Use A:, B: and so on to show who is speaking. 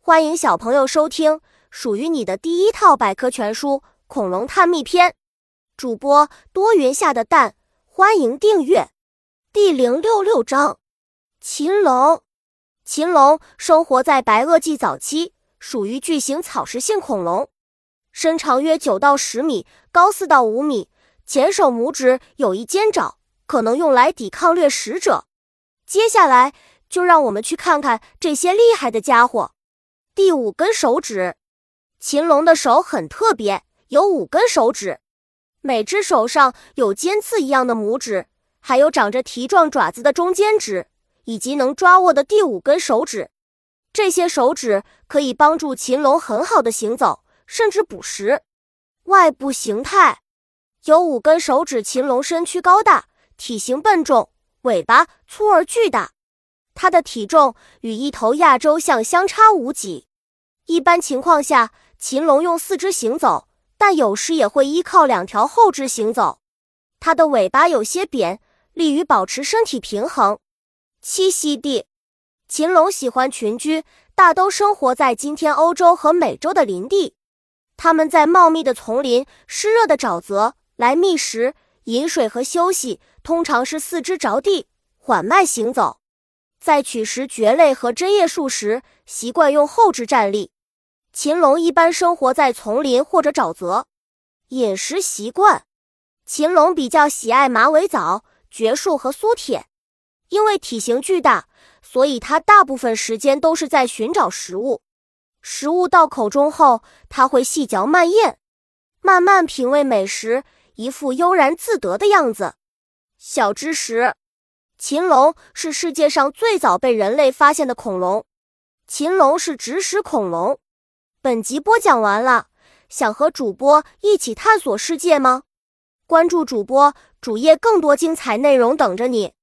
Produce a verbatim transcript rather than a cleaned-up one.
A: 欢迎小朋友收听属于你的第一套百科全书《恐龙探秘篇》，主播多云下的蛋，欢迎订阅。第零六六章，禽龙。禽龙生活在白垩纪早期，属于巨型草食性恐龙，身长约九到十米，高四到五米，前手拇指有一尖爪，可能用来抵抗掠食者。接下来就让我们去看看这些厉害的家伙。第五根手指。禽龙的手很特别，有五根手指，每只手上有尖刺一样的拇指，还有长着蹄状爪子的中间指，以及能抓握的第五根手指。这些手指可以帮助禽龙很好的行走，甚至捕食。外部形态。有五根手指禽龙身躯高大，体型笨重，尾巴粗而巨大。它的体重与一头亚洲象相差无几。一般情况下，禽龙用四肢行走，但有时也会依靠两条后肢行走。它的尾巴有些扁，利于保持身体平衡。栖息地。禽龙喜欢群居，大都生活在今天欧洲和美洲的林地。它们在茂密的丛林、湿热的沼泽来觅食、饮水和休息，通常是四肢着地，缓慢行走。在取食蕨类和针叶树时，习惯用后肢站立。禽龙一般生活在丛林或者沼泽。饮食习惯。禽龙比较喜爱马尾藻、蕨树和苏铁。因为体型巨大，所以它大部分时间都是在寻找食物。食物到口中后，它会细嚼慢咽，慢慢品味美食，一副悠然自得的样子。小知识。禽龙是世界上最早被人类发现的恐龙。禽龙是植食恐龙。本集播讲完了，想和主播一起探索世界吗？关注主播主页，更多精彩内容等着你。